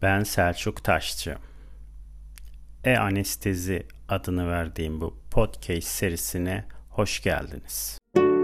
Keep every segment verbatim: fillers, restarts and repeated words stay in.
Ben Selçuk Taşçı. E-Anestezi adını verdiğim bu podcast serisine hoş geldiniz.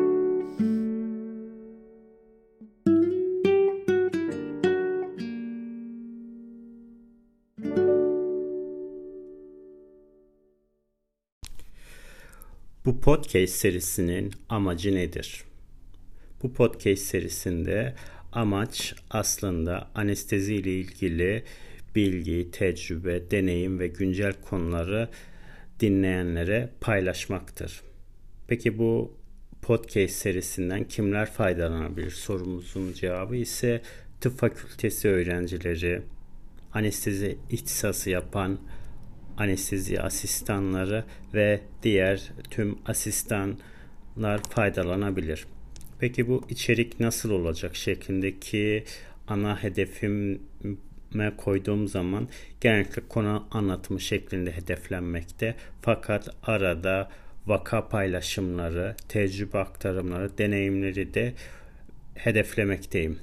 Bu podcast serisinin amacı nedir? Bu podcast serisinde amaç aslında anestezi ile ilgili bilgi, tecrübe, deneyim ve güncel konuları dinleyenlere paylaşmaktır. Peki bu podcast serisinden kimler faydalanabilir sorumuzun cevabı ise tıp fakültesi öğrencileri, anestezi ihtisası yapan anestezi asistanları ve diğer tüm asistanlar faydalanabilir. Peki bu içerik nasıl olacak şeklindeki ana hedefime koyduğum zaman genellikle konu anlatımı şeklinde hedeflenmekte. Fakat arada vaka paylaşımları, tecrübe aktarımları, deneyimleri de hedeflemekteyim.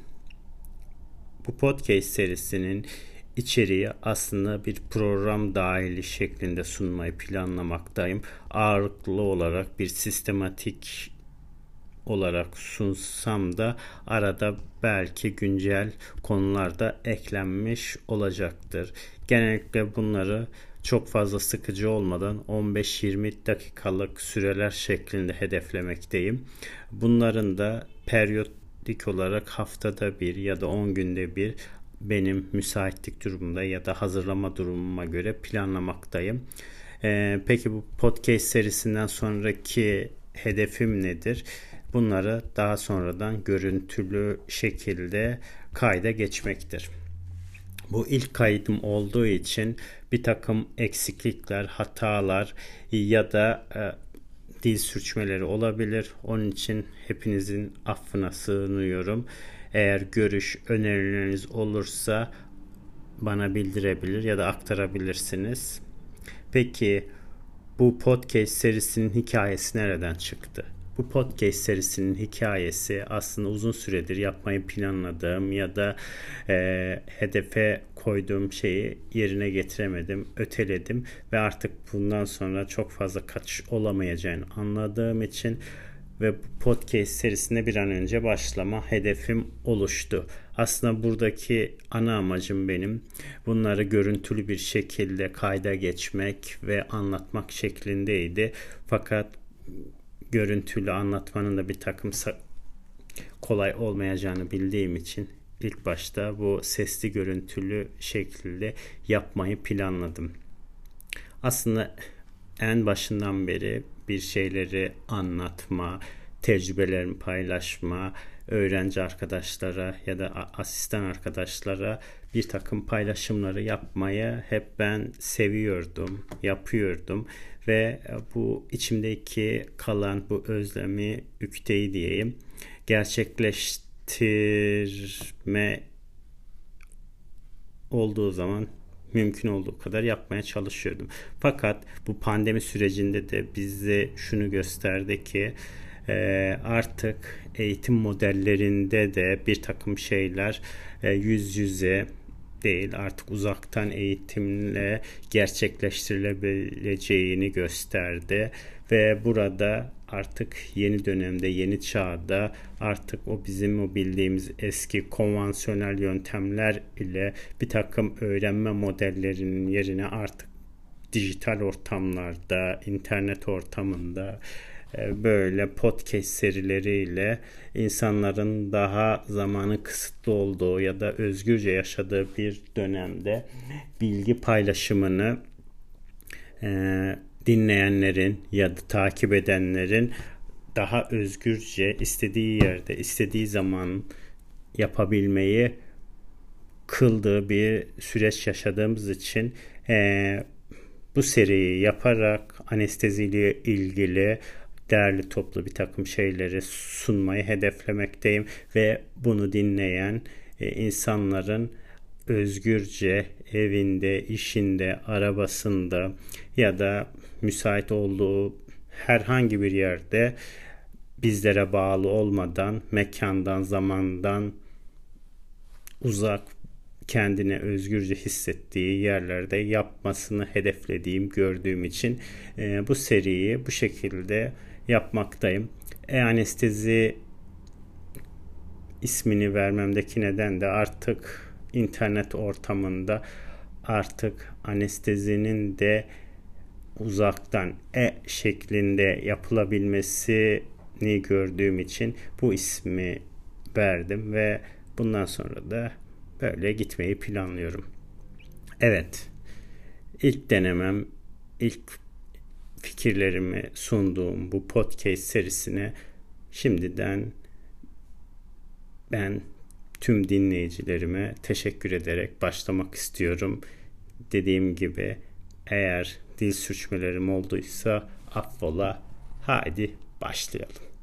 Bu podcast serisinin içeriği aslında bir program dahili şeklinde sunmayı planlamaktayım. Ağırlıklı olarak bir sistematik olarak sunsam da arada belki güncel konular da eklenmiş olacaktır. Genellikle bunları çok fazla sıkıcı olmadan on beş yirmi dakikalık süreler şeklinde hedeflemekteyim. Bunların da periyodik olarak haftada bir ya da on günde bir benim müsaitlik durumunda ya da hazırlama durumuma göre planlamaktayım. Ee, peki bu podcast serisinden sonraki hedefim nedir? Bunları daha sonradan görüntülü şekilde kayda geçmektir. Bu ilk kaydım olduğu için bir takım eksiklikler, hatalar ya da e, dil sürçmeleri olabilir. Onun için hepinizin affına sığınıyorum. Eğer görüş, önerileriniz olursa bana bildirebilir ya da aktarabilirsiniz. Peki bu podcast serisinin hikayesi nereden çıktı? Bu podcast serisinin hikayesi aslında uzun süredir yapmayı planladığım ya da e, hedefe koyduğum şeyi yerine getiremedim, öteledim ve artık bundan sonra çok fazla kaçış olamayacağını anladığım için ve bu podcast serisine bir an önce başlama hedefim oluştu. Aslında buradaki ana amacım benim bunları görüntülü bir şekilde kayda geçmek ve anlatmak şeklindeydi. Fakat görüntülü anlatmanın da bir takım kolay olmayacağını bildiğim için ilk başta bu sesli görüntülü şekilde yapmayı planladım. Aslında en başından beri bir şeyleri anlatma, tecrübelerimi paylaşma, öğrenci arkadaşlara ya da asistan arkadaşlara bir takım paylaşımları yapmayı hep ben seviyordum, yapıyordum ve bu içimdeki kalan bu özlemi, ükteyi diyeyim, gerçekleştirme olduğu zaman mümkün olduğu kadar yapmaya çalışıyordum. Fakat bu pandemi sürecinde de bize şunu gösterdi ki e, artık eğitim modellerinde de bir takım şeyler e, yüz yüze değil artık uzaktan eğitimle gerçekleştirilebileceğini gösterdi ve burada artık yeni dönemde, yeni çağda artık o bizim o bildiğimiz eski konvansiyonel yöntemler ile bir takım öğrenme modellerinin yerine artık dijital ortamlarda, internet ortamında böyle podcast serileriyle insanların daha zamanın kısıtlı olduğu ya da özgürce yaşadığı bir dönemde bilgi paylaşımını e, dinleyenlerin ya da takip edenlerin daha özgürce istediği yerde, istediği zaman yapabilmeyi kıldığı bir süreç yaşadığımız için e, bu seriyi yaparak anesteziyle ilgili değerli toplu bir takım şeyleri sunmayı hedeflemekteyim ve bunu dinleyen e, insanların özgürce evinde, işinde, arabasında ya da müsait olduğu herhangi bir yerde bizlere bağlı olmadan, mekandan, zamandan uzak kendine özgürce hissettiği yerlerde yapmasını hedeflediğim, gördüğüm için e, bu seriyi bu şekilde yapmaktayım. E-anestezi ismini vermemdeki neden de artık internet ortamında artık anestezinin de uzaktan e şeklinde yapılabilmesini gördüğüm için bu ismi verdim ve bundan sonra da böyle gitmeyi planlıyorum. Evet, ilk denemem, ilk fikirlerimi sunduğum bu podcast serisine şimdiden ben tüm dinleyicilerime teşekkür ederek başlamak istiyorum. Dediğim gibi eğer dil sürçmelerim olduysa affola. Haydi başlayalım.